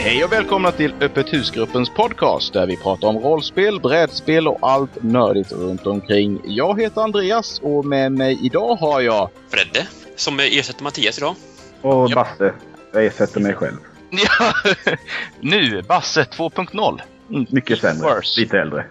Hej och välkomna till Öppet husgruppens podcast där vi pratar om rollspel, brädspel och allt nördigt runt omkring. Jag heter Andreas och med mig idag har jag Fredde, som ersätter Mattias idag. Och Basse, jag ersätter mig själv. Ja, nu Basse 2.0. Mycket sämre, lite äldre.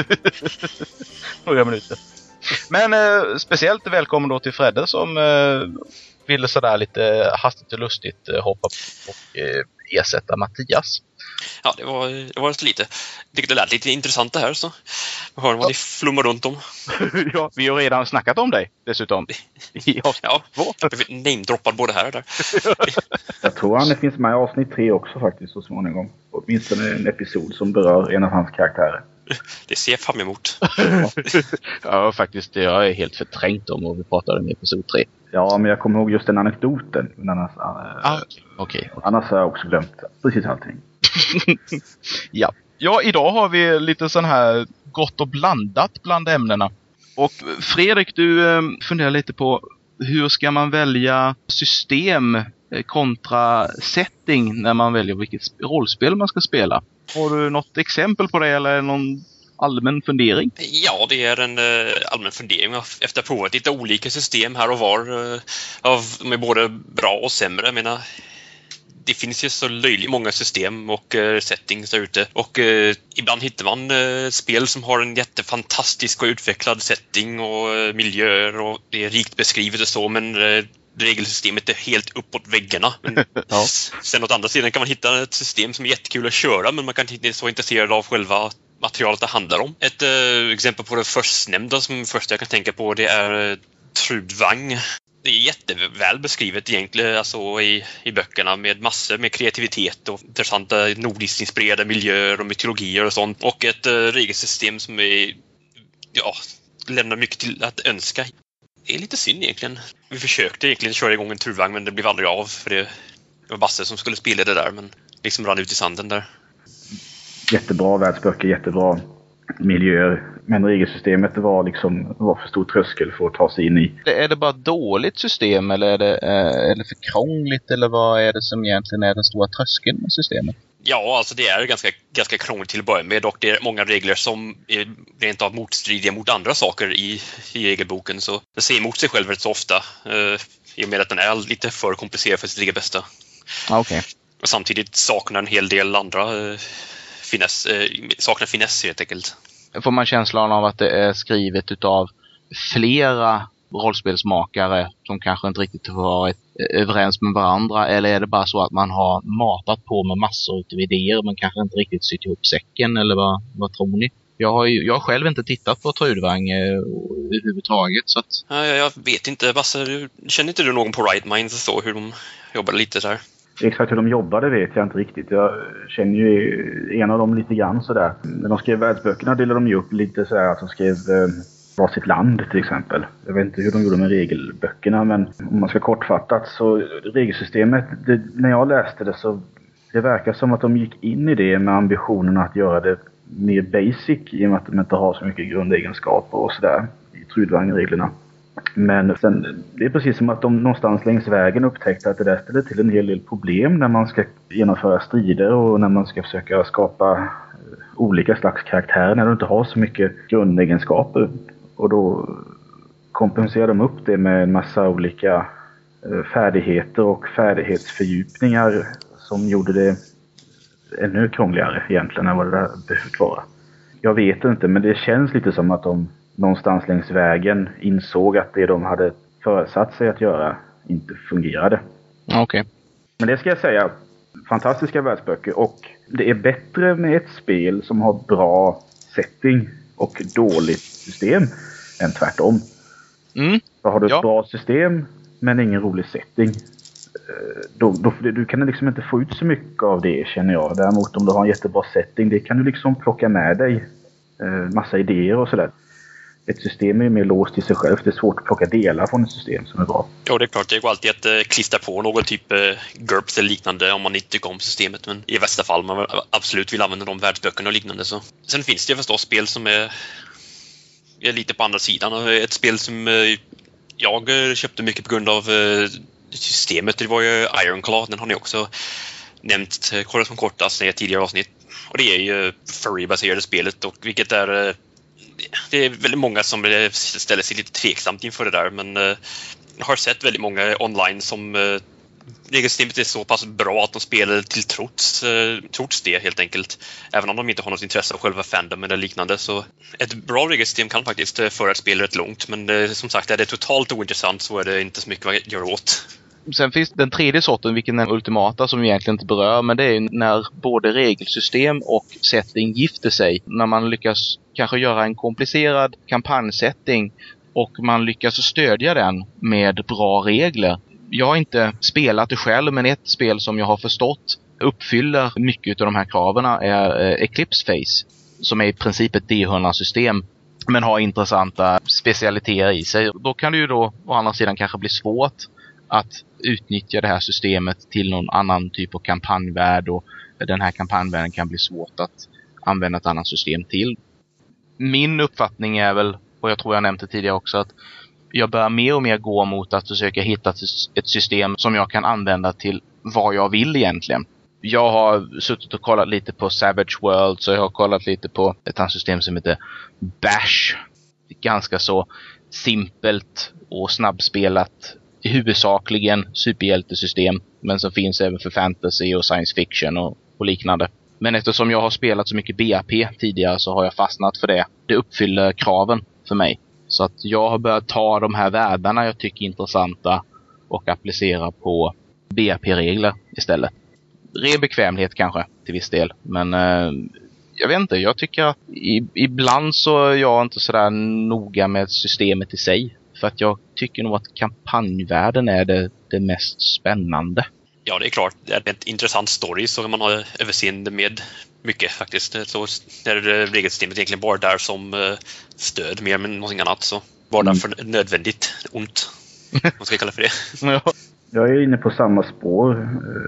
Några minuter. Men speciellt välkommen då till Fredde som ville sådär lite hastigt och lustigt hoppa och ersätta Mattias. Ja, det var så lite. Det lät lite intressant det här, så jag hör vad ni flummar runt om. Ja, vi har redan snackat om dig dessutom. Ja, namedroppar både här och där. Jag tror han finns med i avsnitt 3 också faktiskt så småningom. Åtminstone en episod som berör en av hans karaktärer. Det ser jag fram emot. Ja, faktiskt. Jag är helt förträngt om vad vi pratade om i episod 3. Ja, men jag kommer ihåg just den anekdoten. Annars, okej. Annars har jag också glömt precis allting. Ja, idag har vi lite sån här gott och blandat bland ämnena. Och Fredrik, du funderar lite på hur ska man välja system kontra setting när man väljer vilket rollspel man ska spela. Har du något exempel på det eller någon allmän fundering? Ja, det är en allmän fundering efter att ha provat lite olika system här och var. De är både bra och sämre. Jag menar, det finns ju så löjligt många system och settings där ute. Och ibland hittar man spel som har en jättefantastisk och utvecklad setting och miljöer och det är rikt beskrivet och så, men regelsystemet är helt uppåt väggarna. Men ja. Sen åt andra sidan kan man hitta ett system som är jättekul att köra, men man kan inte vara så intresserad av själva materialet det handlar om. Ett exempel på det förstnämnda som först jag kan tänka på, det är Trudvang. Det är jätteväl beskrivet egentligen, alltså i böckerna, med massor med kreativitet och intressanta nordiskt inspirerade miljöer och mytologier och sånt. Och ett regelsystem som är, lämnar mycket till att önska. Det är lite synd egentligen. Vi försökte egentligen köra igång en Trudvang, men det blev aldrig av, för det var Basse som skulle spela det där, men liksom rann ut i sanden där. Jättebra världsböcker, jättebra miljöer. Men regelsystemet var för stor tröskel för att ta sig in i. Är det bara dåligt system eller är det för krångligt, eller vad är det som egentligen är den stora tröskeln med systemet? Ja, alltså det är ganska krångligt till att börja med, och det är många regler som är rent av motstridiga mot andra saker i regelboken, så den ser emot sig själv rätt så ofta i och med att den är lite för komplicerad för sitt eget bästa. Okay. Och samtidigt saknar en hel del andra saknar finess helt enkelt. Får man känslan av att det är skrivet utav flera rollspelsmakare som kanske inte riktigt har varit överens med varandra, eller är det bara så att man har matat på med massor av idéer men kanske inte riktigt sytt ihop säcken, eller vad tror ni? Jag har själv inte tittat på Trudvang överhuvudtaget, så att... Jag vet inte, Basse, känner inte du någon på Right Minds och så, hur de jobbar lite där? Exakt hur de jobbade vet jag inte riktigt. Jag känner ju en av dem lite grann sådär. När de skrev världsböckerna delade de ju upp lite sådär att de skrev var sitt land till exempel. Jag vet inte hur de gjorde med regelböckerna, men om man ska kortfattat så regelsystemet, när jag läste det så det verkar som att de gick in i det med ambitionen att göra det mer basic i och med att de inte har så mycket grundegenskaper och sådär i Trudvang-reglerna. Men sen, det är precis som att de någonstans längs vägen upptäckte att det där ställer till en hel del problem när man ska genomföra strider och när man ska försöka skapa olika slags karaktärer när du inte har så mycket grundegenskaper. Och då kompenserar de upp det med en massa olika färdigheter och färdighetsfördjupningar som gjorde det ännu krångligare egentligen än vad det där behövt vara. Jag vet inte, men det känns lite som att de någonstans längs vägen insåg att det de hade försatt sig att göra inte fungerade. Okej. Men det ska jag säga, fantastiska världsböcker, och det är bättre med ett spel som har bra setting och dåligt system än tvärtom. Så har du ett bra system men ingen rolig setting, du kan liksom inte få ut så mycket av det, känner jag. Däremot om du har en jättebra setting, det kan du liksom plocka med dig massa idéer och sådär. Ett system är mer låst i sig själv. Det är svårt att plocka delar från ett system som är bra. Ja, det är klart. Det går alltid att klistra på någon typ GURPS eller liknande om man inte tycker om systemet. Men i värsta fall man absolut vill använda de världsböckerna och liknande. Så. Sen finns det förstås spel som är lite på andra sidan. Ett spel som jag köpte mycket på grund av systemet. Det var ju Ironclaw. Den har ni också nämnt kollat som kortast i tidigare avsnitt. Och det är ju furry-baserade spelet, och vilket är... Det är väldigt många som ställer sig lite tveksamt inför det där, men jag har sett väldigt många online som regelsystemet är så pass bra att de spelar till trots det helt enkelt. Även om de inte har något intresse av själva fandom eller liknande, så ett bra regelsystem kan faktiskt föra ett spel rätt långt, men som sagt, är det totalt ointressant så är det inte så mycket att göra åt. Sen finns den tredje sorten, vilken är den ultimata, som vi egentligen inte berör, men det är när både regelsystem och setting gifter sig. När man lyckas kanske göra en komplicerad kampanjsetting och man lyckas stödja den med bra regler. Jag har inte spelat det själv, men ett spel som jag har förstått uppfyller mycket av de här kraven är Eclipse Phase, som är i princip ett D100-system men har intressanta specialiteter i sig. Då kan det ju då å andra sidan kanske bli svårt att utnyttja det här systemet till någon annan typ av kampanjvärld, och den här kampanjvärlden kan bli svårt att använda ett annat system till. Min uppfattning är väl, och jag tror jag nämnde tidigare också, att jag börjar mer och mer gå mot att försöka hitta ett system som jag kan använda till vad jag vill egentligen. Jag har suttit och kollat lite på Savage World, så jag har kollat lite på ett annat system som heter Bash. Ganska så simpelt och snabbspelat, huvudsakligen superhjältesystem, men som finns även för fantasy och science fiction och liknande. Men eftersom jag har spelat så mycket BAP tidigare så har jag fastnat för det. Det uppfyller kraven för mig. Så att jag har börjat ta de här världarna jag tycker är intressanta och applicera på BAP-regler istället. Ren bekvämlighet kanske till viss del, men jag vet inte, jag tycker att ibland så är jag inte sådär noga med systemet i sig. För att jag tycker nog att kampanjvärlden är det mest spännande. Ja, det är klart. Det är ett intressant story så man har överseende med mycket faktiskt. Så är regelsystemet egentligen bara där som stöd mer än någonting annat. Så bara därför nödvändigt ont. Vad ska jag kalla för det? Ja. Jag är inne på samma spår.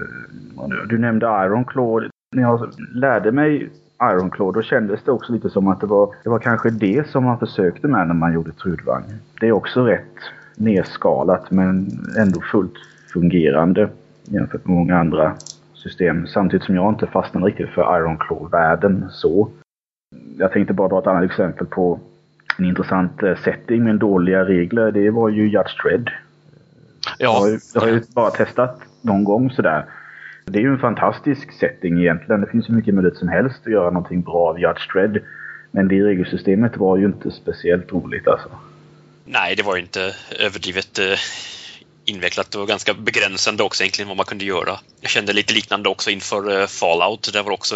Du nämnde Ironclaw. När jag lärde mig Ironclaw, då kändes det också lite som att det var kanske det som man försökte med när man gjorde Trudvang. Det är också rätt nedskalat men ändå fullt fungerande jämfört med många andra system. Samtidigt som jag inte fastnade riktigt för Ironclaw-världen så. Jag tänkte bara dra ett annat exempel på en intressant setting med dåliga regler. Det var ju Judge Dredd. Ja. Jag har ju bara testat någon gång sådär. Det är ju en fantastisk setting egentligen. Det finns ju mycket möjlighet som helst att göra någonting bra av Judge Dredd. Men det regelsystemet var ju inte speciellt roligt alltså. Nej, det var ju inte överdrivet invecklat och ganska begränsande också egentligen vad man kunde göra. Jag kände lite liknande också inför Fallout. Det var också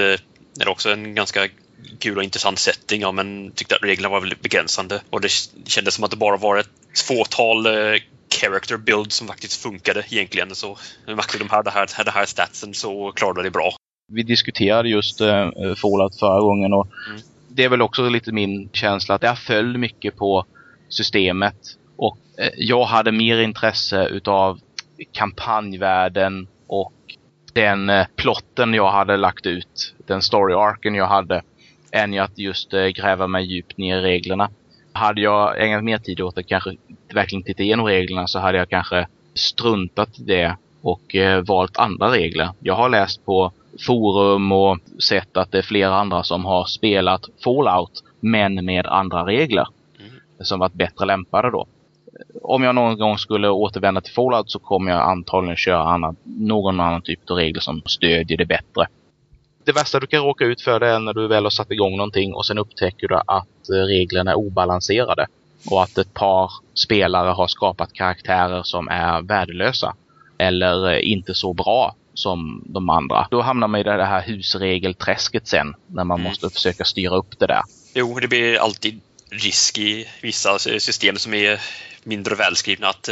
det var också en ganska kul och intressant setting, ja, men tyckte att reglerna var väldigt begränsande. Och det kändes som att det bara var ett fåtal character build som faktiskt funkade egentligen. Så med det här statsen så klarade det bra. Vi diskuterade just Fallout förra gången och det är väl också lite min känsla att jag föll mycket på systemet och jag hade mer intresse utav kampanjvärlden och den plotten jag hade lagt ut, den story-arken jag hade, än att just gräva mig djupt ner i reglerna. Hade jag ägnat mer tid åt att kanske verkligen titta igenom reglerna så hade jag kanske struntat i det och valt andra regler. Jag har läst på forum och sett att det är flera andra som har spelat Fallout men med andra regler som varit bättre lämpade då. Om jag någon gång skulle återvända till Fallout så kommer jag antagligen köra någon annan typ av regler som stödjer det bättre. Det värsta du kan råka ut för det är när du väl har satt igång någonting och sen upptäcker du att reglerna är obalanserade och att ett par spelare har skapat karaktärer som är värdelösa eller inte så bra som de andra. Då hamnar man i det här husregelträsket sen när man måste försöka styra upp det där. Jo, det blir alltid risk i vissa system som är mindre välskrivna att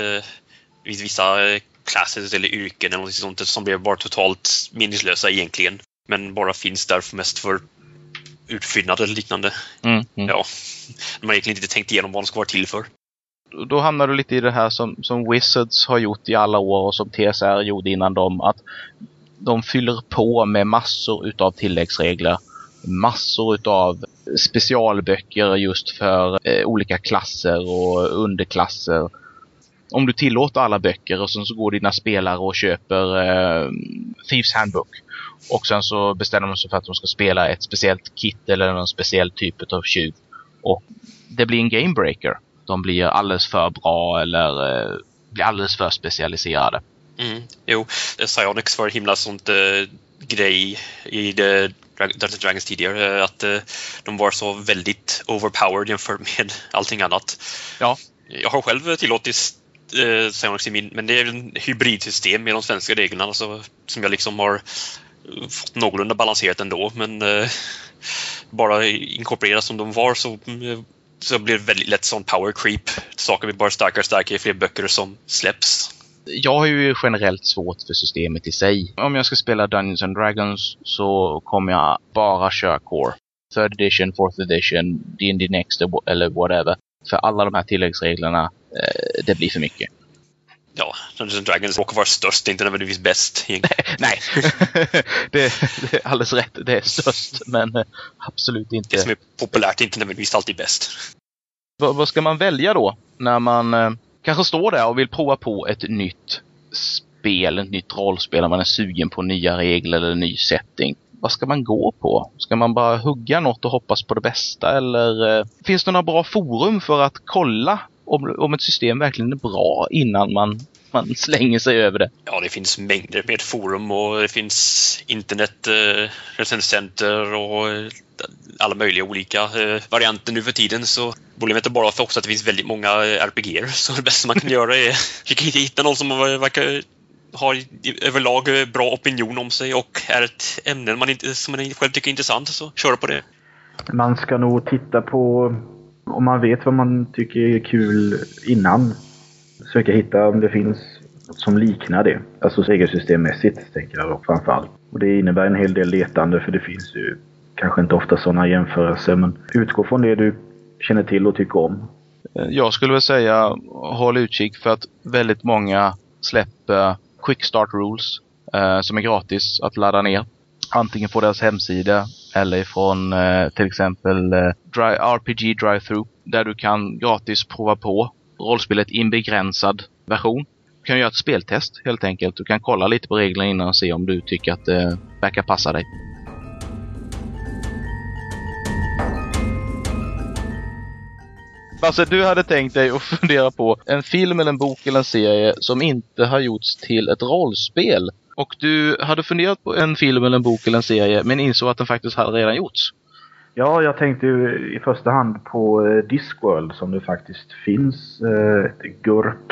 vissa klasser eller yrken eller något sånt som blir bara totalt meningslösa egentligen. Men bara finns där mest för utfyllnad eller liknande. Ja, man har egentligen inte tänkt igenom vad de ska vara till för. Då hamnar du lite i det här som Wizards har gjort i alla år och som TSR gjorde innan dem. Att de fyller på med massor utav tilläggsregler. Massor utav specialböcker just för olika klasser och underklasser. om du tillåter alla böcker och sen så går dina spelare och köper Thieves Handbook. Och sen så bestämmer de sig för att de ska spela ett speciellt kit eller en speciell typ av tjuv. Och det blir en gamebreaker. De blir alldeles för bra eller blir alldeles för specialiserade. Jo, Psyonix var himla sånt grej i Dungeons & Dragons tidigare. Att de var så väldigt overpowered jämfört med allting annat. Ja. Jag har själv tillåtit Psyonix i min, men det är en hybridsystem med de svenska reglerna alltså, som jag liksom har fått någorlunda balanserat ändå. Men bara inkorporera som de var så blir det väldigt lätt sån power creep. Saker blir bara starkare i fler böcker som släpps. Jag har ju generellt svårt för systemet i sig. Om jag ska spela Dungeons & Dragons så kommer jag bara köra core. 3rd edition, 4th edition, D&D Next eller whatever. För alla de här tilläggsreglerna, det blir för mycket. Ja, Dungeons & Dragons råkar vara störst, inte nödvändigtvis bäst. Nej, det är alldeles rätt. Det är störst, men absolut inte. Det som är populärt är inte nödvändigtvis alltid bäst. Vad ska man välja då när man kanske står där och vill prova på ett nytt spel, ett nytt rollspel, när man är sugen på nya regler eller ny setting? Vad ska man gå på? Ska man bara hugga något och hoppas på det bästa? Eller finns det några bra forum för att kolla om ett system verkligen är bra innan man slänger sig över det? Ja, det finns mängder med forum och det finns internet, recensenter och alla möjliga olika varianter nu för tiden. Så problemet är bara för också att det finns väldigt många RPG:er. Så det bästa man kan göra är att hitta någon som verkar har överlag bra opinion om sig och är ett ämne som man själv tycker är intressant, så kör på det. Man ska nog titta på, om man vet vad man tycker är kul innan, försöka hitta om det finns något som liknar det. Alltså regelsystemmässigt tänker jag då framförallt. Och det innebär en hel del letande, för det finns ju kanske inte ofta sådana jämförelser, men utgå från det du känner till och tycker om. Jag skulle väl säga håll utkik för att väldigt många släpper Quick Start Rules som är gratis att ladda ner. Antingen på deras hemsida eller från till exempel RPG Drive-Thru, där du kan gratis prova på rollspelet i en begränsad version. Du kan göra ett speltest helt enkelt. Du kan kolla lite på reglerna innan och se om du tycker att det verkar passa dig. Alltså, du hade tänkt dig att fundera på en film eller en bok eller en serie som inte har gjorts till ett rollspel. Och du hade funderat på en film eller en bok eller en serie, men insåg att den faktiskt hade redan gjorts. Ja, jag tänkte ju i första hand på Discworld, som det faktiskt finns ett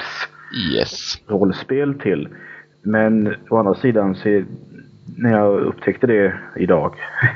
GURPS rollspel till. Men å andra sidan, så när jag upptäckte det idag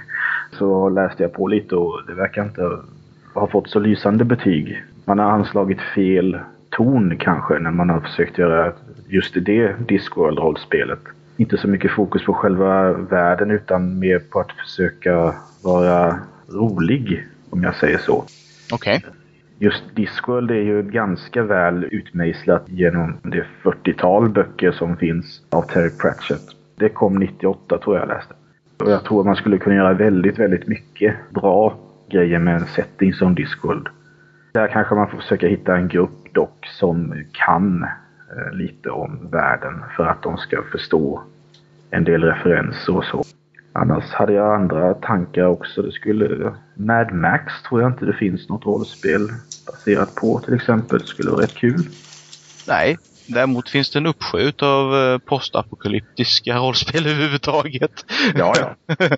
så läste jag på lite och det verkar inte ha fått så lysande betyg. Man har anslagit fel ton kanske när man har försökt göra just det Discworld-rollspelet. Inte så mycket fokus på själva världen utan mer på att försöka vara rolig, om jag säger så. Okej. Just Discworld är ju ganska väl utmejslat genom det 40-tal böcker som finns av Terry Pratchett. Det kom 98 tror jag läste. Och jag tror att man skulle kunna göra väldigt, väldigt mycket bra grejer med en setting som Discworld. Där kanske man får försöka hitta en grupp dock som kan lite om världen för att de ska förstå en del referenser och så. Annars hade jag andra tankar också. Det skulle Mad Max tror jag inte det finns något rollspel baserat på till exempel. Det skulle vara rätt kul. Nej, däremot finns det en uppsjö av postapokalyptiska rollspel överhuvudtaget. Ja.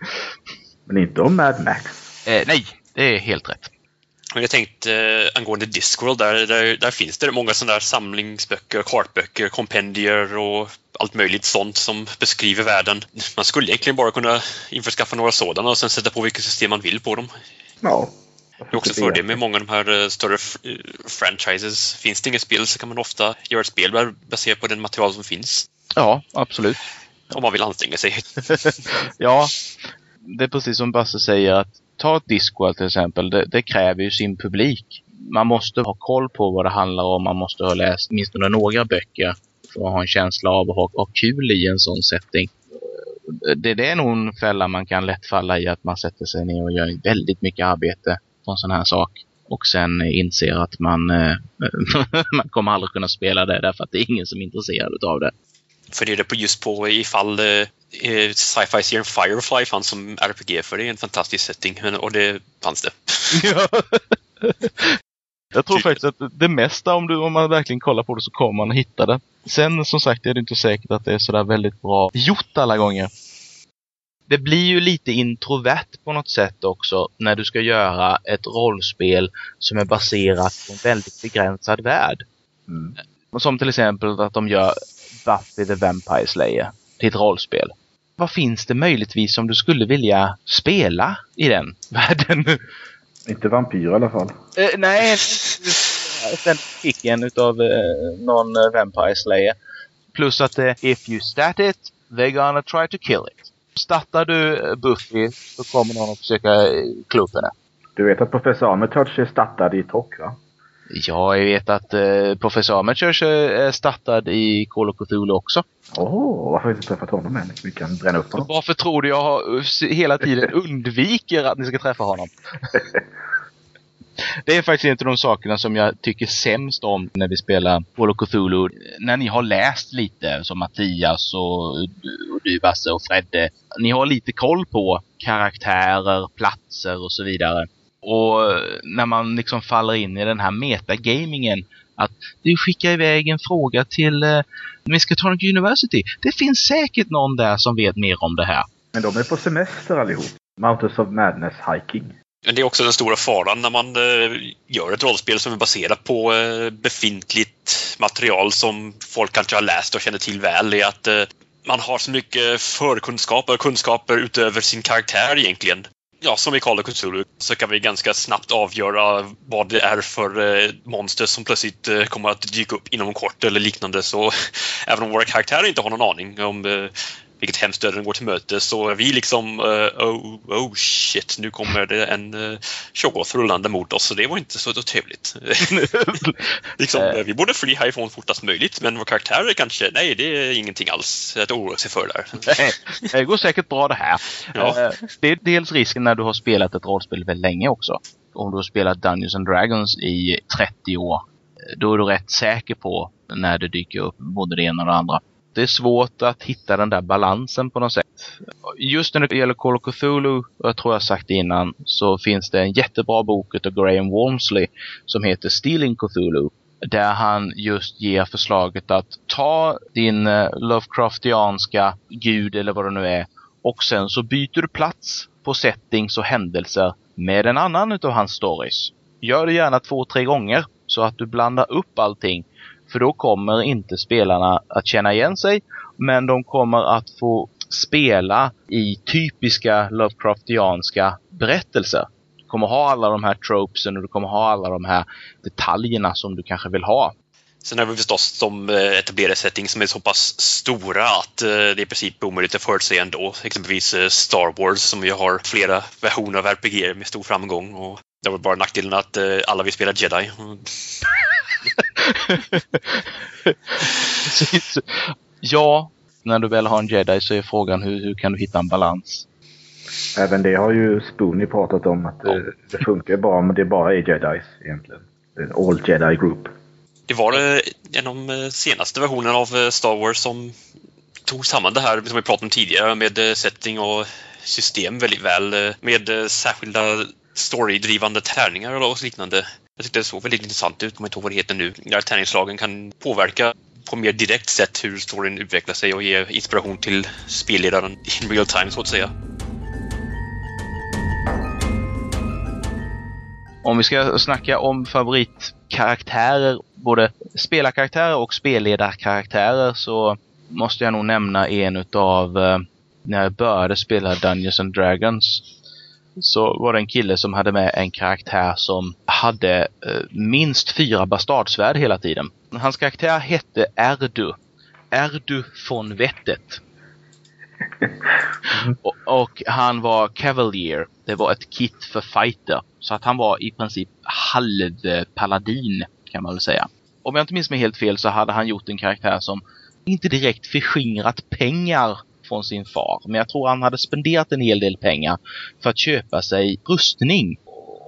Men inte om Mad Max. Nej, det är helt rätt. Men jag tänkte angående Discworld, där finns det många sådana där samlingsböcker, kartböcker, kompendier och allt möjligt sånt som beskriver världen. Man skulle egentligen bara kunna införskaffa några sådana och sen sätta på vilket system man vill på dem. Ja. Det är också fördel med många av de här större franchises. Finns det inget spel så kan man ofta göra ett spel baserat på den material som finns. Ja, absolut. Om man vill anstränga sig. Ja, det är precis som Basse säger att ta ett Discworld till exempel, det kräver ju sin publik. Man måste ha koll på vad det handlar om, man måste ha läst minst några böcker för att ha en känsla av att ha kul i en sån setting. Det är nog en fälla man kan lätt falla i, att man sätter sig ner och gör väldigt mycket arbete på en sån här sak. och sen inser att man kommer aldrig kunna spela det därför att det är ingen som är intresserad av det. För det är det just på ifall sci-fi-serien Firefly fanns som RPG, för det är en fantastisk setting, och det fanns det. Ja. Jag tror faktiskt att det mesta, om man verkligen kollar på det, så kommer man att hitta det. Sen som sagt är det inte säkert att det är sådär väldigt bra gjort alla gånger. Det blir ju lite introvert på något sätt också när du ska göra ett rollspel som är baserat på en väldigt begränsad värld. Mm. Som till exempel att de gör Buffy the Vampire Slayer till ett rollspel. Vad finns det möjligtvis som du skulle vilja spela i den världen? Inte vampyr i alla fall. Nej, den kicken utav någon Vampire Slayer. Plus att if you stat it, they're gonna try to kill it. Startar du Buffy så kommer någon att försöka klumpa henne. Du vet att Professor Armitage är startad i Trock, va? Ja, jag vet att Professor Armitage är startad i Call of Cthulhu också. Varför har vi inte träffat honom än? Vi kan bränna upp honom. Varför tror du jag hela tiden undviker att ni ska träffa honom? Det är faktiskt inte de sakerna som jag tycker sämst om när vi spelar Call of Cthulhu. När ni har läst lite, som Mattias och du, Basse och Fredde. Ni har lite koll på karaktärer, platser och så vidare. Och när man liksom faller in i den här metagamingen, att du skickar iväg en fråga till Miskatonic University. Det finns säkert någon där som vet mer om det här. Men de är på semester allihop. Mountains of Madness hiking. Men det är också den stora faran när man gör ett rollspel som är baserat på befintligt material som folk kanske har läst och känner till väl, är att man har så mycket förkunskaper och kunskaper utöver sin karaktär egentligen. Ja, som i Call of Cthulhu så kan vi ganska snabbt avgöra vad det är för monster som plötsligt kommer att dyka upp inom kort eller liknande. Så även om våra karaktärer inte har någon aning om vilket hemskt öde den går till möte, så är vi liksom oh shit, nu kommer det en Shoggoth rullande mot oss, så det var inte så trevligt. Liksom, vi borde fly härifrån fortast möjligt, men vår karaktärer kanske, nej, det är ingenting alls att oroa sig för där. Nej, det går säkert bra det här. Ja. Det är dels risken när du har spelat ett rollspel väldigt länge också. Om du har spelat Dungeons and Dragons i 30 år, då är du rätt säker på när det dyker upp både det ena och det andra. Det är svårt att hitta den där balansen på något sätt. Just när det gäller Call of Cthulhu, och jag tror jag sagt det innan, så finns det en jättebra bok av Graham Walmsley som heter Stealing Cthulhu. Där han just ger förslaget att ta din Lovecraftianska gud eller vad det nu är, och sen så byter du plats på settings och händelser med en annan utav hans stories. Gör det gärna 2-3 gånger så att du blandar upp allting. För då kommer inte spelarna att känna igen sig, men de kommer att få spela i typiska Lovecraftianska berättelser. Du kommer ha alla de här tropesen och du kommer ha alla de här detaljerna som du kanske vill ha. Sen har vi förstås de etablerade settings som är så pass stora att det är i princip omöjligt att förutse ändå. Exempelvis Star Wars som ju har flera versioner av RPG med stor framgång, och det var bara nackdelen att alla vill spela Jedi. Ja, när du väl har en Jedi så är frågan hur kan du hitta en balans? Även det har ju Spoonie pratat om, att det funkar bra, men det bara är Jedis egentligen. Det är en all Jedi group. Det var en av de senaste versionerna av Star Wars som tog samman det här som vi pratade om tidigare med setting och system väldigt väl, med särskilda storydrivande tärningar och liknande. Jag tyckte det såg väldigt intressant ut, om jag inte ihåg vad det heter nu. Där tärningslagen kan påverka på mer direkt sätt hur storyn utvecklar sig och ge inspiration till spelledaren in real time, så att säga. Om vi ska snacka om favoritkaraktärer, både spelarkaraktärer och spelledarkaraktärer, så måste jag nog nämna en utav när jag började spela Dungeons and Dragons. Så var det en kille som hade med en karaktär som hade minst 4 bastardsvärd hela tiden. Hans karaktär hette Erdu von Vettet. Och han var Cavalier. Det var ett kit för fighter. Så att han var i princip halvpaladin, kan man väl säga. Om jag inte minns mig helt fel så hade han gjort en karaktär som inte direkt förskingrat pengar från sin far. Men jag tror han hade spenderat en hel del pengar för att köpa sig rustning.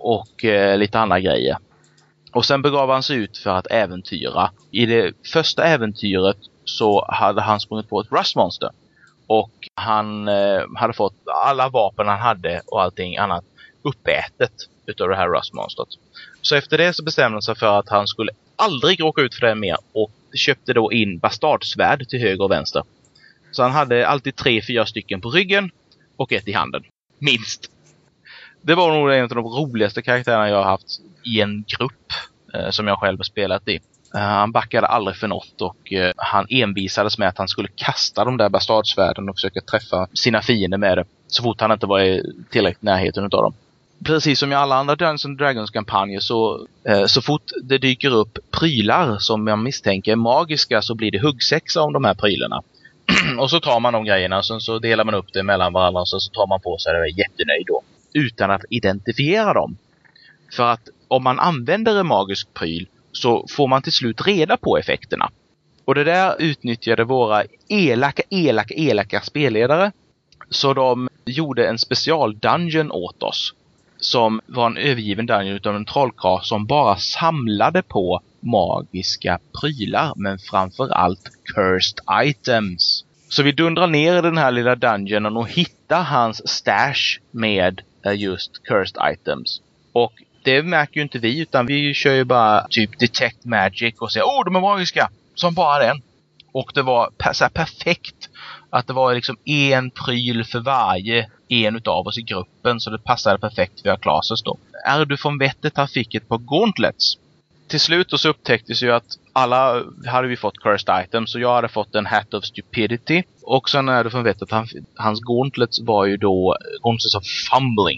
och lite andra grejer. Och sen begav han sig ut för att äventyra. I det första äventyret så hade han sprungit på ett rustmonster. Och han hade fått alla vapen han hade och allting annat uppätet utav det här rustmonstret. Så efter det så bestämde han sig för att han skulle aldrig råka ut för det mer och köpte då in bastardsvärd till höger och vänster. Så han hade alltid 3-4 stycken på ryggen och ett i handen. Minst. Det var nog en av de roligaste karaktärerna jag har haft i en grupp som jag själv har spelat i. Han backade aldrig för något och han envisades med att han skulle kasta de där bastardsvärden och försöka träffa sina fiender med det så fort han inte var i tillräckligt närheten utav dem. Precis som i alla andra Dungeons & Dragons-kampanjer så fort det dyker upp prylar som jag misstänker är magiska så blir det huggsexa om de här prylarna. Och så tar man de grejerna och så delar man upp det mellan varandra och så tar man på sig det och är jättenöjd då. Utan att identifiera dem. För att om man använder en magisk pryl så får man till slut reda på effekterna. Och det där utnyttjade våra elaka spelledare. Så de gjorde en special dungeon åt oss. Som var en övergiven dungeon utav en trollkarl som bara samlade på magiska prylar. Men framförallt cursed items. Så vi dundrar ner i den här lilla dungeonen och hittar hans stash med just cursed items. Och det märker ju inte vi utan vi kör ju bara typ detect magic och säger de är magiska som bara den. Och det var så perfekt att det var liksom en pryl för varje en utav oss i gruppen så det passade perfekt för Klases då. Är du från vettet han fick ett par gauntlets. Till slut så upptäcktes ju att alla hade vi fått cursed items så jag hade fått en hat of stupidity och sen är det från vettet hans gauntlets var ju då gauntlets of fumbling.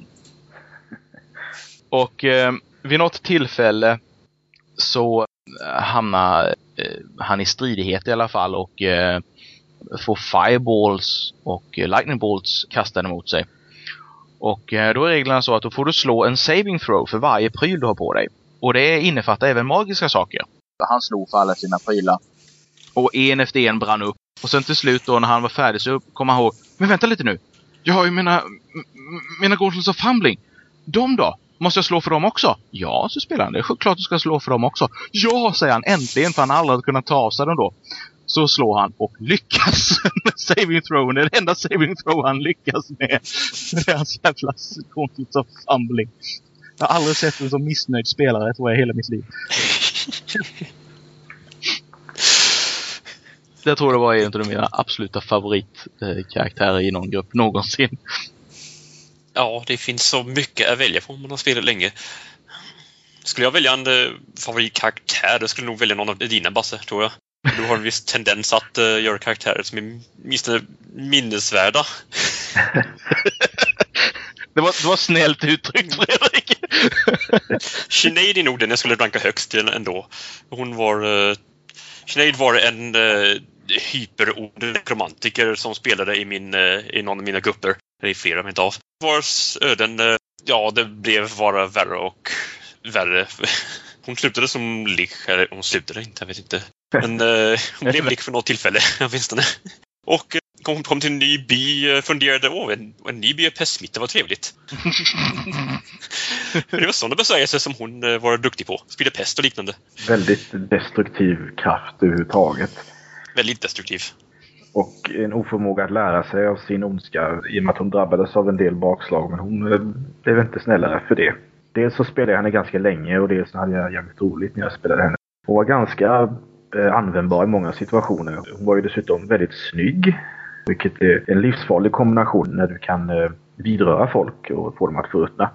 Och vid något tillfälle så hamnar han i stridighet i alla fall och får fireballs och lightning bolts kastade mot sig. Och då är reglerna så att då får du slå en saving throw för varje pryl du har på dig. Och det innefattar även magiska saker. Han slog för alla sina prylar. Och en efter en brann upp. Och sen till slut då när han var färdig så kom han ihåg. Men vänta lite nu. Jag har ju mina gauntlets of fumbling. De då? Måste jag slå för dem också? Ja, så spelar han. Det är klart du ska slå för dem också. Ja, säger han äntligen för han aldrig kunnat ta sig dem då. Så slår han och lyckas med saving throw. Det är den enda saving throw han lyckas med. Det är hans jävla gauntlets of fumbling. Jag har aldrig sett en så missnöjd spelare tror jag i hela mitt liv. Jag tror det var en av mina absoluta favoritkaraktärer i någon grupp någonsin. Ja, det finns så mycket att välja på om man har spelat länge. Skulle jag välja en favoritkaraktär, då skulle jag nog välja någon av dina, Basse, tror jag. Du har en viss tendens att göra karaktärer som är minnesvärda. Det var snällt uttryckt, Fredrik. Sinead är nog den jag skulle ranka högst ändå. Sinead var en hyperromantiker som spelade i någon av mina grupper. Det är flera men inte av. Vars öden, det blev bara värre och värre. Hon slutade som lich, eller hon slutade inte, jag vet inte. Men hon blev lik för något tillfälle, åtminstone. Och kom till en ny by, funderade, en ny by är pestsmitta, vad trevligt. Det var sådana besvärjelser som hon var duktig på. Sprida pest och liknande. Väldigt destruktiv kraft överhuvudtaget. Väldigt destruktiv. Och en oförmåga att lära sig av sin ondska i och med att hon drabbades av en del bakslag. Men hon blev inte snällare för det. Dels så spelade jag henne ganska länge och dels så hade jag jävligt roligt när jag spelade henne. Hon var ganska användbar i många situationer. Hon var ju dessutom väldigt snygg. Vilket är en livsfarlig kombination när du kan vidröra folk och få dem att förruttna.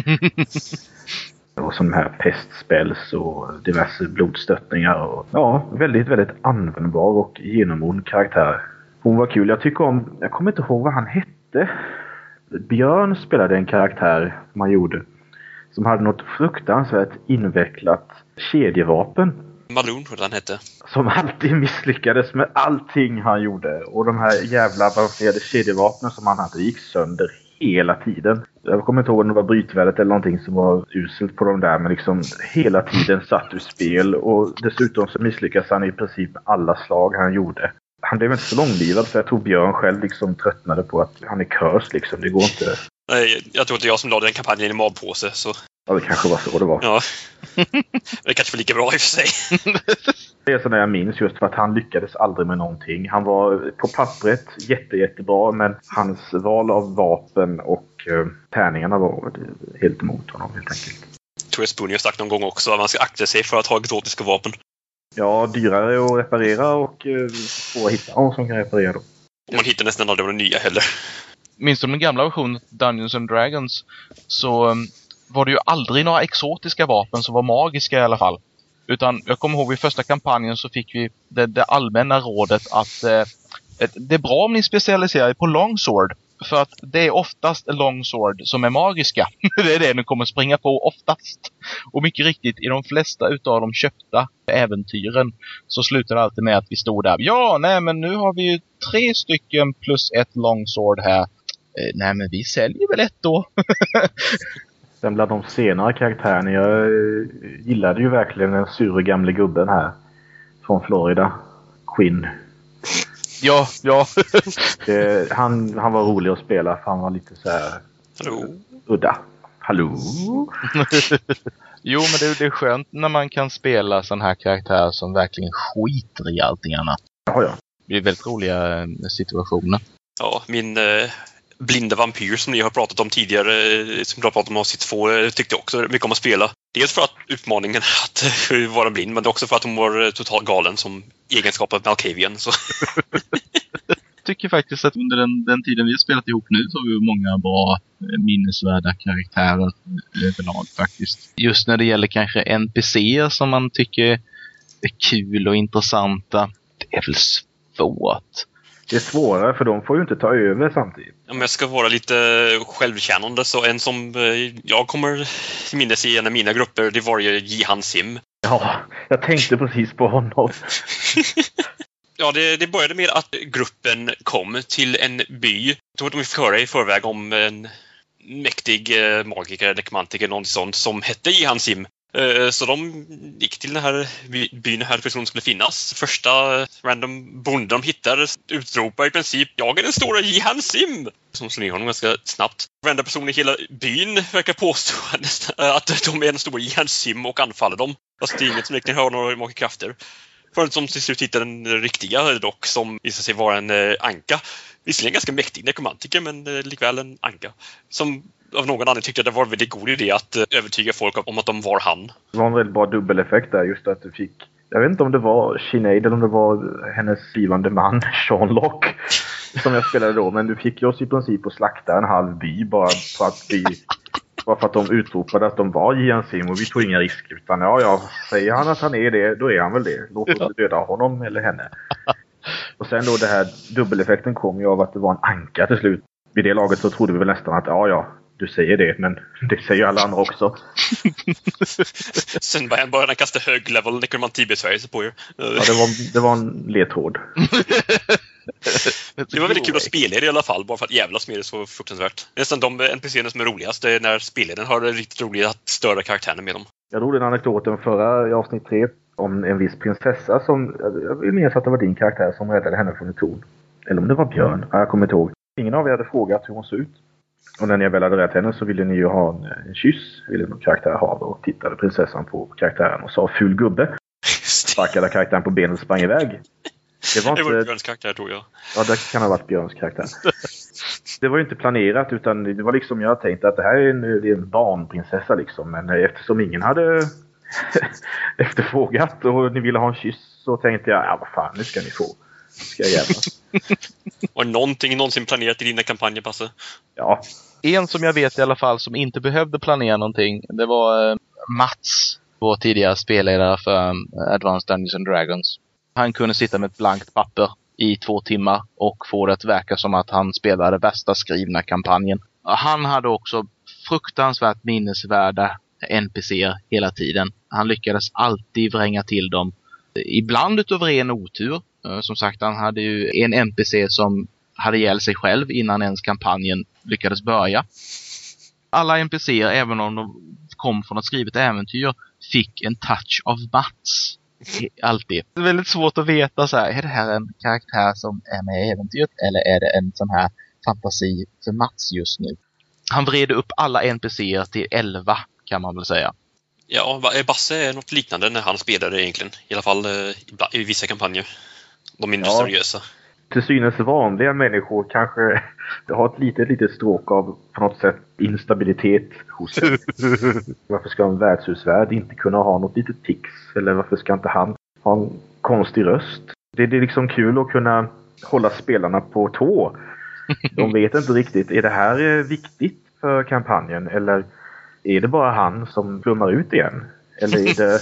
Och som här pestspells och diverse blodstöttningar. Och, väldigt, väldigt användbar och genomond karaktär. Hon var kul. Jag kommer inte ihåg vad han hette. Björn spelade en karaktär man gjorde. Som hade något fruktansvärt invecklat kedjevapen. Malone, vad han hette. Som alltid misslyckades med allting han gjorde. Och de här jävla avancerade kedjevapnen som han hade gick sönder hela tiden. Jag kommer inte ihåg om det var brytvärdet eller någonting som var uselt på de där. Men liksom hela tiden satt ur spel. Och dessutom så misslyckades han i princip med alla slag han gjorde. Han blev inte så långlivad för jag tror Björn själv liksom tröttnade på att han är cursed liksom. Det går inte. Nej, jag tror att det är jag som lade den kampanjen i magpåse. Så Ja, det kanske var så det var. Ja. Det kanske var lika bra i och för sig. Det är så när jag minns just för att han lyckades aldrig med någonting. Han var på pappret jättebra, men hans val av vapen och tärningarna var helt emot honom helt enkelt. Tror Spoonie har sagt någon gång också att man ska akta sig för att ha exotiska vapen. Ja, dyrare att reparera och få hitta någon som kan reparera dem. Och man hittar nästan aldrig de nya heller. Minns du den gamla versionen Dungeons and Dragons så var det ju aldrig några exotiska vapen som var magiska i alla fall. Utan jag kommer ihåg i första kampanjen så fick vi det allmänna rådet att det är bra om ni specialiserar er på longsword. För att det är oftast longsword som är magiska. Det är det ni kommer springa på oftast. Och mycket riktigt, i de flesta utav de köpta äventyren så slutar det alltid med att vi stod där. Ja, nej men nu har vi ju 3 stycken plus 1 longsword här. Nej men vi säljer väl ett då. Sen bland de senare karaktärerna, jag gillade ju verkligen den sure gamle gubben här. Från Florida. Quinn. Ja. Han var rolig att spela för han var lite så här udda. Hallå? Jo, men det är skönt när man kan spela sån här karaktär som verkligen skiter i allting annat. Ja. Det är väldigt roliga situationer. Ja, min blinda vampyr som ni har pratat om tidigare, som du har pratat om avsnitt 2, tyckte också mycket om att spela. Dels för att utmaningen att vara blind, men också för att hon var totalt galen som egenskap av Malkavian. Så. Jag tycker faktiskt att under den tiden vi har spelat ihop nu så har vi många bra minnesvärda karaktärer överlag faktiskt. Just när det gäller kanske NPCer som man tycker är kul och intressanta. Det är väl svårt. Det är svårare för de får ju inte ta över samtidigt. Om jag ska vara lite självkännande så en som jag kommer minnas i en av mina grupper, det var ju Jihan Sim. Ja, jag tänkte precis på honom. Ja, det började med att gruppen kom till en by. Jag tror att de fick höra i förväg om en mäktig magiker, nekromantiker, något sånt som hette Jihan Sim. Så de gick till den här byn här personen skulle finnas. Första random bonde de hittade utropar i princip jag är den stora Jihan Sim. Som slår ner honom ganska snabbt. Varenda person i hela byn verkar påstå att de är den stora Jihan Sim och anfaller dem. Fast det är inget som verkligen har några magiska krafter. Förrän som till slut hittade den riktiga dock som visade sig vara en anka. Visserligen ganska mäktig nekromantiker men likväl en anka. Som av någon annan tyckte att det var en väldigt god idé att övertyga folk om att de var han. Det var en väldigt bra dubbeleffekt där just att du fick... Jag vet inte om det var Sinead eller om det var hennes givande man Sean Locke som jag spelade då. Men du fick ju oss i princip att slakta en halv by bara för att de utropade att de var Jihan Sim och vi tog inga risker. Utan säger han att han är det, då är han väl det. Låt oss döda honom eller henne. Och sen då det här dubbeleffekten kom ju av att det var en anka till slut. Vid det laget så trodde vi väl nästan att du säger det, men det säger alla andra också. Sen började han kasta hög-level nekromantibesvärjelse på er. Ja, det var en ledtråd. Det var väldigt kul att spela i alla fall, bara för att jävlas med det så fruktansvärt. Nästan de NPC:erna som är roligast är när spelaren har det riktigt roligt att störa karaktärerna med dem. Jag drog en anekdoten förra i avsnitt 3 om en viss prinsessa som, jag vill minnas att det var din karaktär som räddade henne från ett torn. Eller om det var Björn, jag kommer inte ihåg. Ingen av er hade frågat hur hon såg ut. Och när ni väl hade rätt henne så ville ni ju ha en kyss, ville någon karaktär ha. Och tittade prinsessan på karaktären och sa ful gubbe. Sparkade karaktären på benen och sprang iväg. Det var Björns karaktär, tror jag. Ja, det kan ha varit Björns karaktär. Det var ju inte planerat utan det var liksom jag tänkte att det här är en barnprinsessa liksom. Men eftersom ingen hade efterfrågat och ni ville ha en kyss så tänkte jag, vad fan, nu ska ni få. Ska jag jävla. Var någonting någonsin planerat i dina kampanjer, Passe? Ja. En som jag vet i alla fall som inte behövde planera någonting, det var Mats, vår tidigare spelledare för Advanced Dungeons and Dragons. Han kunde sitta med ett blankt papper i 2 timmar och få det att verka som att han spelade bästa skrivna kampanjen. Han hade också fruktansvärt minnesvärda NPCer hela tiden. Han lyckades alltid vränga till dem. Ibland utöver en otur. Som sagt, han hade ju en NPC som hade ihjäl sig själv innan ens kampanjen lyckades börja. Alla NPCer, även om de kom från ett skrivet äventyr, fick en touch av Mats. Alltid. Det är väldigt svårt att veta så här, är det här en karaktär som är med i äventyret eller är det en sån här fantasi för Mats just nu? Han vred upp alla NPCer till 11 kan man väl säga. Ja, Basse är något liknande när han spelade egentligen. I alla fall i vissa kampanjer. De mindre seriösa. Till synes vanliga människor kanske har ett litet stråk av på något sätt instabilitet hos sig. Varför ska en värdshusvärd inte kunna ha något litet tics? Eller varför ska inte han ha en konstig röst? Det är liksom kul att kunna hålla spelarna på tå. De vet inte riktigt, är det här viktigt för kampanjen? Eller är det bara han som flummar ut igen? Eller är det...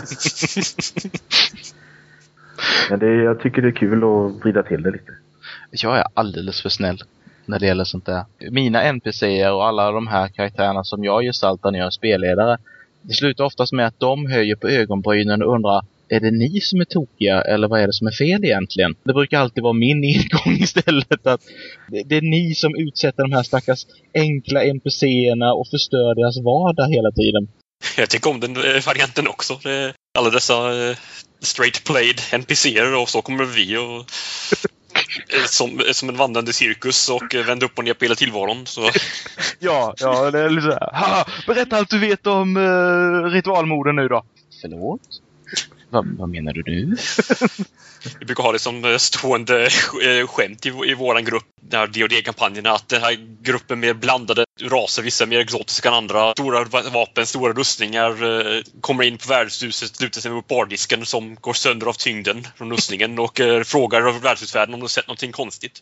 Men jag tycker det är kul att vrida till det lite. Jag är alldeles för snäll när det gäller sånt där. Mina NPCer och alla de här karaktärerna som jag gestaltar när jag är spelledare, det slutar oftast med att de höjer på ögonbrynen och undrar, är det ni som är tokiga eller vad är det som är fel egentligen? Det brukar alltid vara min ingång istället, att det är ni som utsätter de här stackars enkla NPCerna och förstör deras vardag hela tiden. Jag tycker om den varianten också. Alla dessa straight played NPCer och så kommer vi och som en vandrande cirkus och vända upp och ner på hela tillvaron. Så. Ja, det är lite så här. Berätta allt du vet om ritualmorden nu då. Förlåt? Vad menar du nu? Vi brukar ha det som stående skämt i våran grupp, där D&D-kampanjerna, att den här gruppen med blandade raser, vissa mer exotiska än andra, stora vapen, stora rustningar, kommer in på värdshuset, slutar sig upp bardisken som går sönder av tyngden från rustningen och frågar värdshusvärden om de sett någonting konstigt.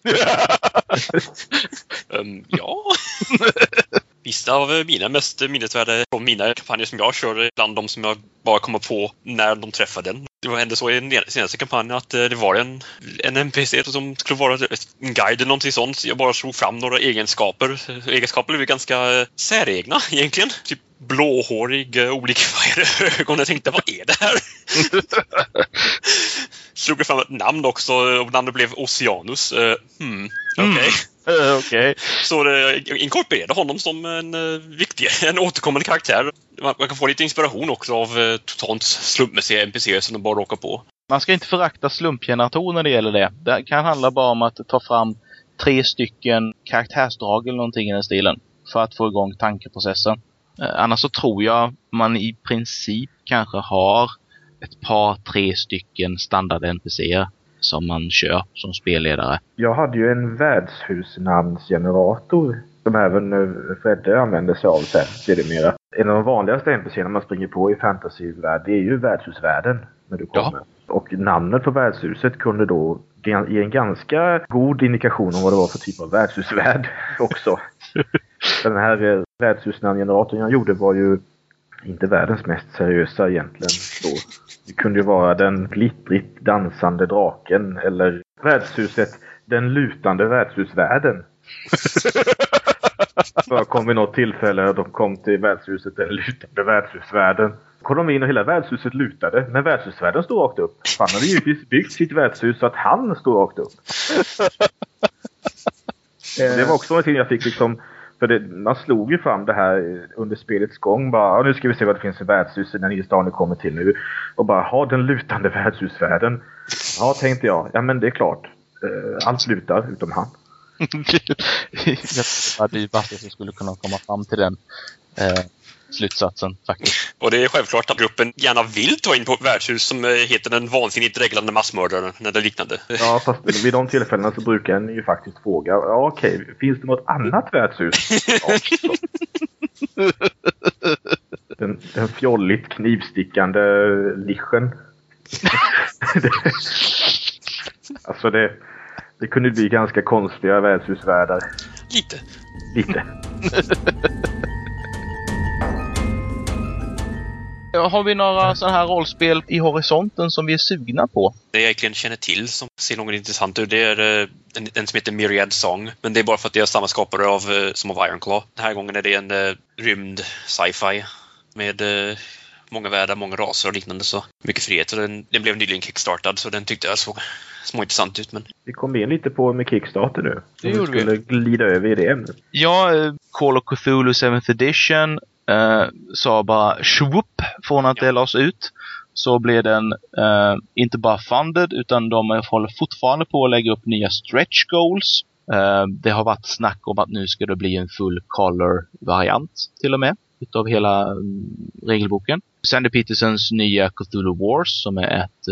Ja. Vissa av mina mest minnesvärda från mina kampanjer som jag kör, bland de som jag bara kommer på när de träffade den. Det var ändå så i den senaste kampanjen att det var en NPC som skulle vara en guide eller någonting sånt. Jag bara slog fram några egenskaper. Egenskaper är ganska säregna egentligen. Typ blåhårig, olika färger ögon. Jag tänkte, vad är det här? Slog fram ett namn också och namnet blev Oceanus. Okej. Så det inkorporerade honom som en återkommande karaktär. Man kan få lite inspiration också av totalt slumpmässiga NPCer som de bara råkar på. Man ska inte förakta slumpgeneratorer när det gäller det. Det kan handla bara om att ta fram 3 stycken karaktärsdrag eller någonting i den stilen för att få igång tankeprocessen. Annars så tror jag man i princip kanske har ett par, 3 stycken standard NPCer som man kör som spelledare. Jag hade ju en värdshusnamnsgenerator som även Fredde använde sig av sen sedermera. En av de vanligaste NPCerna man springer på i fantasyvärld, det är ju värdshusvärlden när du kommer. Ja. Och namnet på värdshuset kunde då ge en ganska god indikation om vad det var för typ av värdshusvärld också. Den här värdshusnamngeneratorn jag gjorde var ju inte världens mest seriösa egentligen då. Det kunde ju vara den glittrigt dansande draken eller värdshuset, den lutande värdshusvärden. Så kom vid något tillfälle och de kom till värdshuset, den lutande värdshusvärden. Kom de in och hela värdshuset lutade, men värdshusvärden stod rakt upp. Han hade givetvis byggt sitt värdshus så att han stod rakt upp. Det var också någonting jag fick liksom. För man slog ju fram det här under spelets gång. Bara, nu ska vi se vad det finns för värdshus när ni stan kommer till nu. Och bara, ha den lutande värdshusvärden. Ja, tänkte jag. Ja, men det är klart. Allt lutar utom han. Jag tror att det är Basse som skulle kunna komma fram till den slutsatsen faktiskt. Och det är självklart att gruppen gärna vill ta in på ett värdshus som heter den vansinnigt reglande massmördaren eller liknande. Ja, fast vid de tillfällena så brukar en ju faktiskt fråga, ja, okej, finns det något annat värdshus? Den fjolligt knivstickande lischen. Alltså det kunde bli ganska konstiga värdshusvärdar. Lite. Har vi några sådana här rollspel i horisonten som vi är sugna på? Det jag egentligen känner till som ser något intressant ut, det är en som heter Myriad Song. Men det är bara för att det är samma skapare som av Ironclaw. Den här gången är det en rymd sci-fi med många världar, många raser och liknande. Så mycket frihet. Så den blev nyligen kickstartad, så den tyckte jag såg småintressant ut. Men... Vi kom in lite på med Kickstarter nu. Det gjorde vi. Skulle glida över i det ämnet. Ja, Call of Cthulhu 7th edition sa bara swoop från att det lades ut. Så blev den inte bara funded, utan de håller fortfarande på att lägga upp nya stretch goals. Det har varit snack om att nu ska det bli en full color variant till och med. utav hela regelboken. Sandy Petersons nya Cthulhu Wars som är ett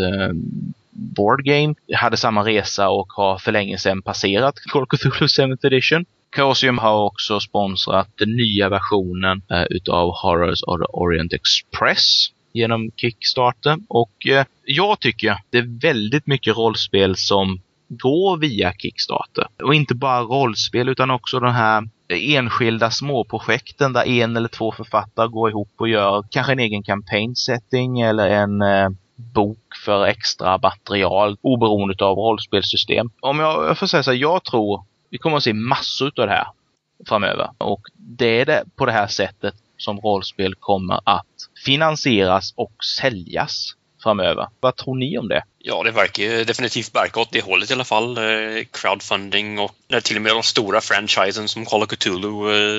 board game hade samma resa och har för länge sedan passerat Call of Cthulhu 7th edition. Chaosium har också sponsrat den nya versionen utav Horrors of the Orient Express genom Kickstarter. Och jag tycker det är väldigt mycket rollspel som går via Kickstarter. Och inte bara rollspel utan också de här enskilda småprojekten där en eller två författare går ihop och gör kanske en egen campaign setting eller en bok för extra material oberoende av rollspelsystem. Om jag får säga så här, jag tror vi kommer att se massor av det här framöver. Och det är det på det här sättet som rollspel kommer att finansieras och säljas framöver. Vad tror ni om det? Ja, det verkar ju definitivt verka åt det hållet i alla fall. Crowdfunding och när till och med de stora franchisen som Call of Cthulhu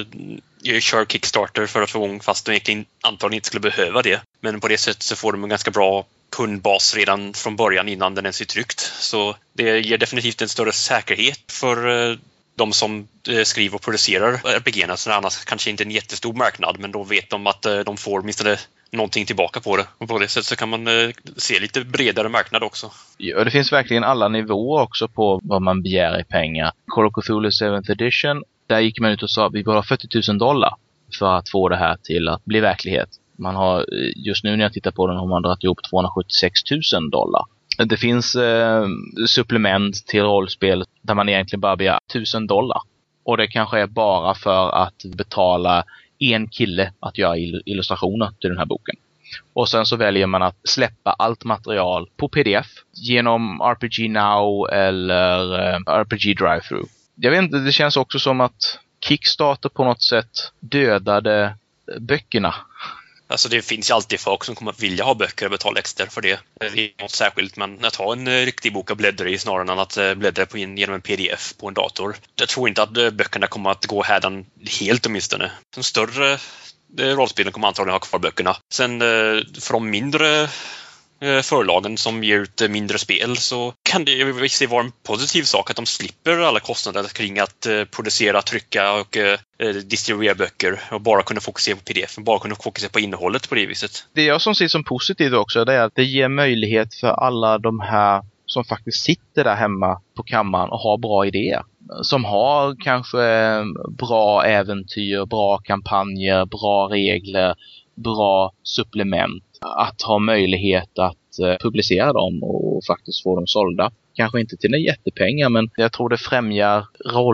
kör Kickstarter för att få igång fast de egentligen antagligen inte skulle behöva det. Men på det sättet så får de en ganska bra kundbas redan från början innan den ens är tryckt. Så det ger definitivt en större säkerhet för de som skriver och producerar RPG:na. Så annars kanske inte en jättestor marknad, men då vet de att de får åtminstone någonting tillbaka på det. Och på det sättet så kan man se lite bredare marknad också. Ja, det finns verkligen alla nivåer också på vad man begär i pengar. Call of Cthulhu 7th edition, där gick man ut och sa att vi bara har $40,000 för att få det här till att bli verklighet. Man har, just nu när jag tittar på den har man dragit ihop $276,000. Det finns supplement till rollspel där man egentligen bara begär $1,000. Och det kanske är bara för att betala en kille att göra illustrationer till den här boken. Och sen så väljer man att släppa allt material på PDF genom RPG Now eller RPG Drive-Thru. Jag vet inte, det känns också som att Kickstarter på något sätt dödade böckerna. Alltså det finns ju alltid folk som kommer att vilja ha böcker och betala extra för det. Det är något särskilt, men att ha en riktig bok att bläddra i snarare än att bläddra på genom en PDF på en dator. Jag tror inte att böckerna kommer att gå härdan helt åtminstone. De större rollspelen kommer antagligen ha kvar böckerna. Sen för de mindre förlagen som ger ut mindre spel så kan det se vara en positiv sak att de slipper alla kostnader kring att producera, trycka och distribuera böcker och bara kunna fokusera på PDF, bara kunna fokusera på innehållet på det viset. Det jag som ser som positivt också det är att det ger möjlighet för alla de här som faktiskt sitter där hemma på kammaren och har bra idéer. Som har kanske bra äventyr, bra kampanjer, bra regler, bra supplement. Att ha möjlighet att publicera dem och faktiskt få dem sålda. Kanske inte till en jättepengar, men jag tror det främjar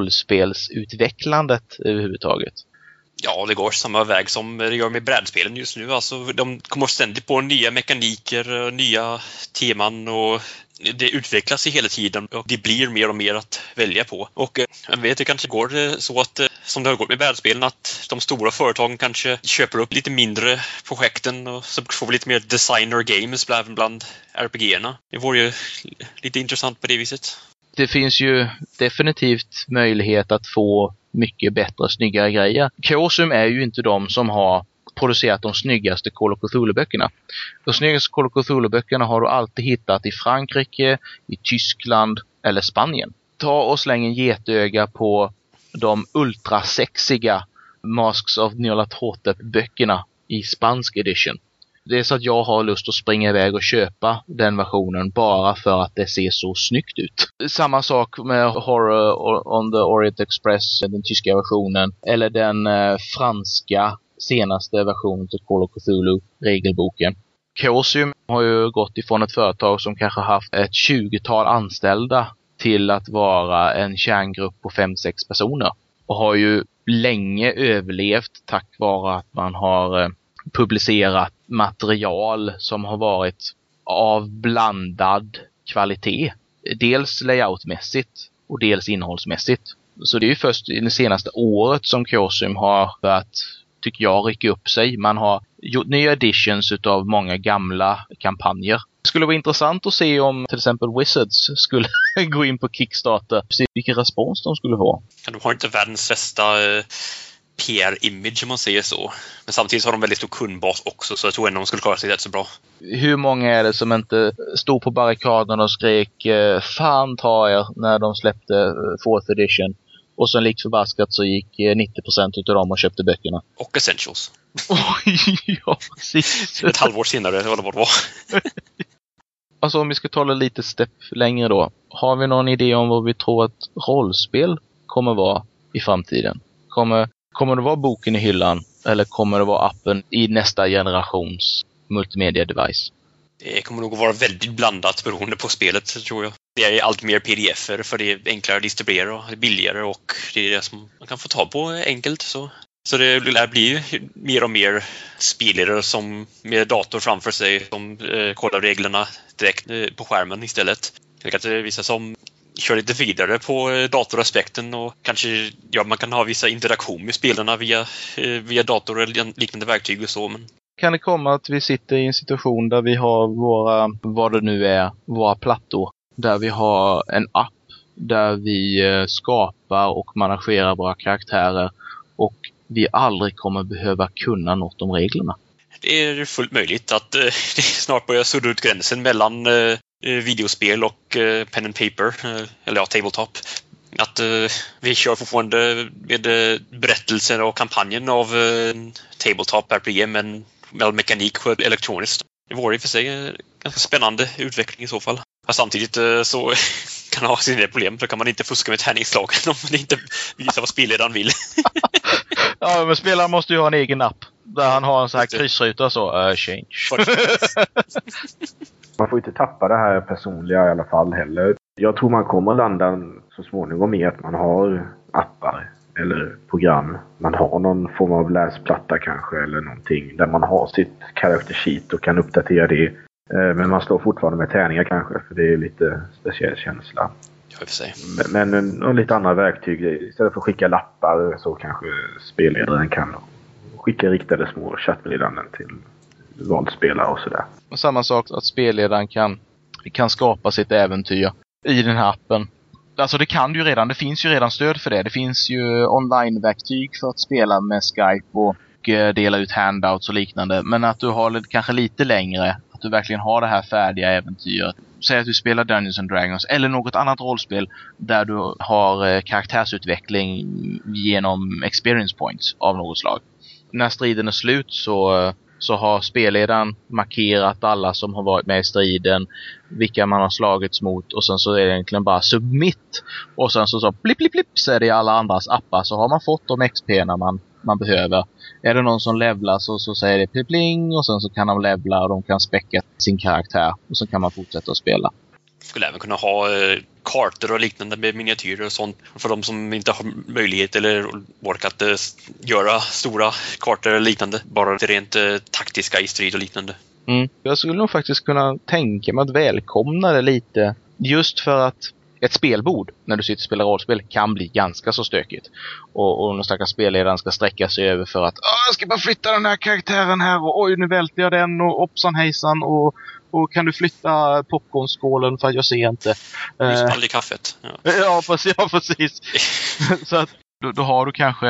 rollspelsutvecklandet överhuvudtaget. Ja, det går samma väg som det gör med brädspelen just nu. Alltså, de kommer ständigt på nya mekaniker, nya teman och det utvecklas hela tiden och det blir mer och mer att välja på. Och jag vet, det kanske går så att som det har gått med brädspelen att de stora företagen kanske köper upp lite mindre projekten och så får vi lite mer designer games bland RPG-erna. Det vore ju lite intressant på det viset. Det finns ju definitivt möjlighet att få mycket bättre, snyggare grejer. Chaosium är ju inte de som har producerat de snyggaste Call of Cthulhu-böckerna. De snyggaste Call of Cthulhu-böckerna har du alltid hittat i Frankrike, i Tyskland eller Spanien. Ta och släng en getöga på de ultrasexiga Masks of Nyarlathotep-böckerna i spansk edition. Det är så att jag har lust att springa iväg och köpa den versionen bara för att det ser så snyggt ut. Samma sak med Horror on the Orient Express, den tyska versionen, eller den franska senaste versionen till Call of Cthulhu, regelboken. Chaosium har ju gått ifrån ett företag som kanske haft ett 20-tal anställda till att vara en kärngrupp på 5-6 personer. Och har ju länge överlevt tack vare att man har publicerat material som har varit av blandad kvalitet. Dels layoutmässigt och dels innehållsmässigt. Så det är ju först i det senaste året som Chaosium har börjat, tycker jag, rycka upp sig. Man har gjort nya editions utav många gamla kampanjer. Det skulle vara intressant att se om till exempel Wizards skulle gå in på Kickstarter och se vilken respons de skulle få. De har inte världens bästa PR-image om man säger så. Men samtidigt har de väldigt stor kundbas också, så jag tror ändå de skulle klara sig rätt så bra. Hur många är det som inte stod på barrikaden och skrek fan ta er när de släppte 4th edition? Och sen likt förbaskat så gick 90% utav dem och köpte böckerna. Och Essentials. Ja, precis. Ett halvår senare, eller vad det var. Alltså om vi ska tala lite steg längre då. Har vi någon idé om vad vi tror att rollspel kommer vara i framtiden? Kommer det vara boken i hyllan? Eller kommer det vara appen i nästa generations multimedia-device? Det kommer nog att vara väldigt blandat beroende på spelet, tror jag. Det är allt mer pdf-er för det är enklare att distribuera och det är billigare och det är det som man kan få ta på enkelt. Så det lär bli mer och mer spelare som med dator framför sig som kollar reglerna direkt på skärmen istället. Det kan vissa som kör lite vidare på datoraspekten och kanske man kan ha vissa interaktion med spelarna via dator eller liknande verktyg och så. Men... Kan det komma att vi sitter i en situation där vi har våra, vad det nu är, våra plattor, där vi har en app där vi skapar och managerar våra karaktärer och vi aldrig kommer behöva kunna något om reglerna? Det är fullt möjligt att det snart börjar sudda ut gränsen mellan videospel och pen and paper, eller tabletop. Att vi kör fortfarande med berättelser och kampanjen av tabletop RPG men med all mekanik och elektroniskt. Det vore i och för sig en ganska spännande utveckling i så fall. Men samtidigt så kan det ha sina problem, för kan man inte fuska med tärningsslagen om man inte visar vad spelledaren vill. Ja, men spelaren måste ju ha en egen app där han har en sån här kryssruta så change. Man får inte tappa det här personliga i alla fall heller. Jag tror man kommer landa så småningom i att man har appar eller program. Man har någon form av läsplatta kanske eller någonting där man har sitt character sheet och kan uppdatera det. Men man slår fortfarande med tärningar kanske, för det är lite speciell känsla. Ja, i och för sig. Men lite andra verktyg. Istället för att skicka lappar så kanske spelledaren kan skicka riktade små chattmeddelanden till valspelare och sådär. Och samma sak att spelledaren kan skapa sitt äventyr i den här appen. Alltså det kan du ju redan, det finns ju redan stöd för det. Det finns ju online-verktyg för att spela med Skype och dela ut handouts och liknande. Men att du har kanske lite längre, att du verkligen har det här färdiga äventyret. Säg att du spelar Dungeons and Dragons eller något annat rollspel där du har karaktärsutveckling genom experience points av något slag. När striden är slut så har spelledaren markerat alla som har varit med i striden, vilka man har slagits mot, och sen så är det egentligen bara submit. Och sen så blipp blipp blipp så är det i alla andras appar, så har man fått de XP när man behöver. Är det någon som levlar så säger det pling, och sen så kan de levla och de kan späcka sin karaktär och så kan man fortsätta att spela. Skulle även kunna ha kartor och liknande med miniatyrer och sånt för de som inte har möjlighet eller orkat göra stora kartor eller liknande. Bara det rent taktiska i strid och liknande. Jag skulle nog faktiskt kunna tänka mig att välkomna det lite. Just för att ett spelbord när du sitter och spelar rollspel kan bli ganska så stökigt. Och den stackars spelledaren ska sträcka sig över för att jag ska bara flytta den här karaktären här och oj nu välter jag den och hoppsan hejsan och kan du flytta popcornskålen för att jag ser inte. Just i kaffet. Ja. Ja, precis. Så att då har du kanske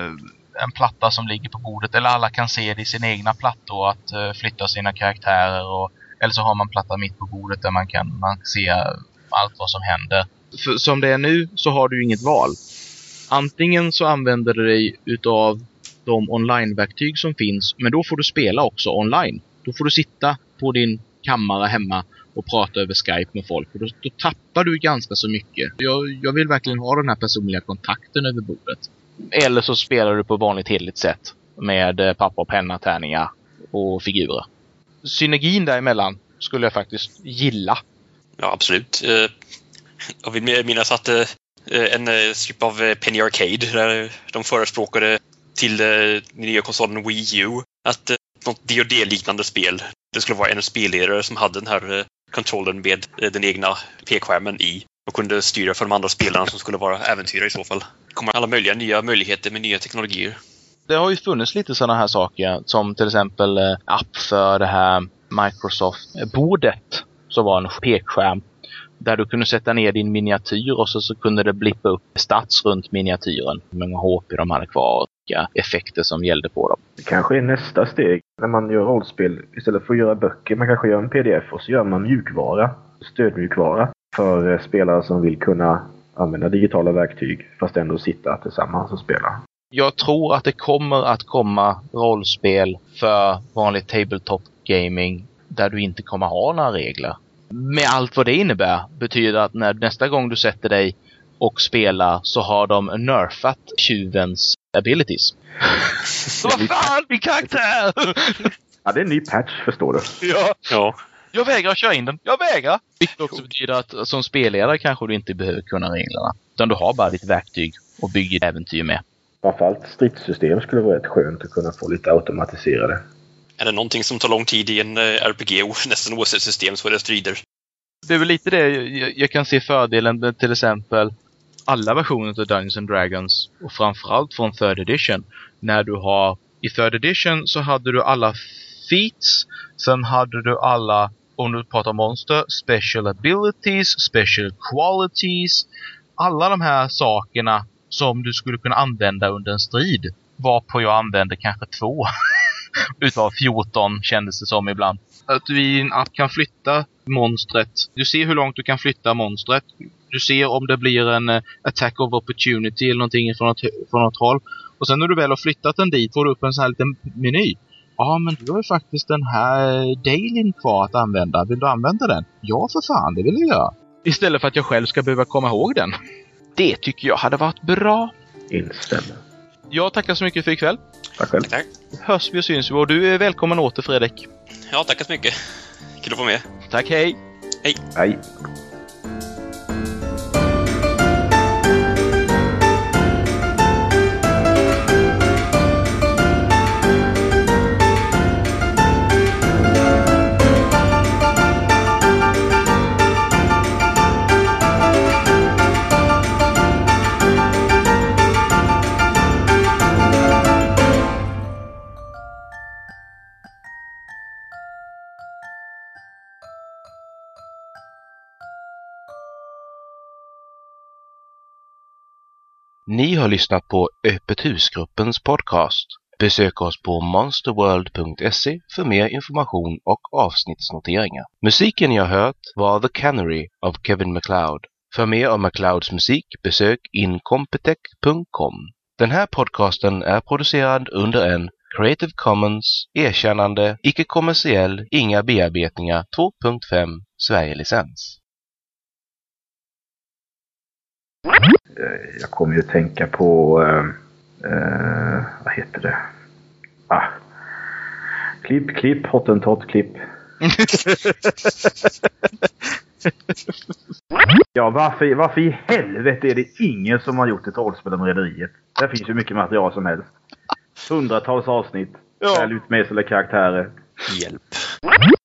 en platta som ligger på bordet, eller alla kan se det i sina egna plattor att flytta sina karaktärer, eller så har man platta mitt på bordet där man se allt vad som händer. För som det är nu så har du inget val. Antingen så använder du dig utav de online-verktyg som finns, men då får du spela också online. Då får du sitta på din kammare hemma och prata över Skype med folk. Och då tappar du ganska så mycket. Jag vill verkligen ha den här personliga kontakten över bordet. Eller så spelar du på vanligt hederligt sätt med papper, penna, tärningar och figurer. Synergin däremellan skulle jag faktiskt gilla. Ja, absolut. Jag vill minnas att en typ av Penny Arcade där de förespråkade till den nya konsolen Wii U att något D&D-liknande spel, det skulle vara en spelledare som hade den här kontrollen med den egna pekskärmen i och kunde styra för de andra spelarna som skulle vara äventyrare i så fall. Det kommer alla möjliga nya möjligheter med nya teknologier. Det har ju funnits lite sådana här saker som till exempel app för det här Microsoft-bordet som var en pekskärm där du kunde sätta ner din miniatyr och så kunde det blippa upp stats runt miniatyren. Hur många HP de hade kvar och vilka effekter som gällde på dem. Det kanske är nästa steg när man gör rollspel. Istället för att göra böcker, man kanske gör en pdf och så gör man mjukvara, stödmjukvara för spelare som vill kunna använda digitala verktyg fast ändå sitta tillsammans och spela. Jag tror att det kommer att komma rollspel för vanlig tabletop gaming där du inte kommer ha några regler. Med allt vad det innebär betyder att när nästa gång du sätter dig och spelar så har de nerfat tjuvens abilities. Vad fan, min karaktär! Ja, det är en ny patch, förstår du. Ja. Jag vägrar köra in den. Jag vägrar! Vilket också betyder att som spelledare kanske du inte behöver kunna reglerna. Utan du har bara ditt verktyg och bygger ett äventyr med. Framförallt stridssystem skulle vara rätt skönt att kunna få lite automatiserade. Är det någonting som tar lång tid i en RPG och nästan oavsett system så är det strider. Det är väl lite det jag kan se fördelen med till exempel alla versioner av Dungeons and Dragons och framförallt från 3rd edition. När du har i 3rd edition så hade du alla feats, sen hade du alla, om du pratar monster, special abilities, special qualities, alla de här sakerna som du skulle kunna använda under en strid. Varpå jag använde kanske 2 utav 14 kändes det som ibland. Att du i en app kan flytta monstret. Du ser hur långt du kan flytta monstret. Du ser om det blir en attack of opportunity eller någonting från något håll. Och sen när du väl har flyttat den dit får du upp en sån här liten meny. Ja, men du har ju faktiskt den här dailyn kvar att använda. Vill du använda den? Ja, för fan, det vill jag göra. Istället för att jag själv ska behöva komma ihåg den. Det tycker jag hade varit bra. Instämmer. Jag tackar så mycket för ikväll. Tack själv. Tack. Hörs vi och syns vi, och du är välkommen åter, Fredrik. Ja, tackar så mycket. Kul att få med. Tack, hej. Hej. Ni har lyssnat på Öppet husgruppens podcast. Besök oss på monsterworld.se för mer information och avsnittsnoteringar. Musiken ni har hört var The Canary av Kevin MacLeod. För mer av MacLeods musik besök incompetech.com. Den här podcasten är producerad under en Creative Commons erkännande, icke-kommersiell, inga bearbetningar 2.5 Sverige-licens. Jag kommer ju att tänka på vad heter det? Klipp, hottentott, klipp. Ja, varför i helvete är det ingen som har gjort ett rollspel om Rederiet? Där finns ju mycket material som helst. 100-tals avsnitt. Väl utmejslade karaktärer. Hjälp.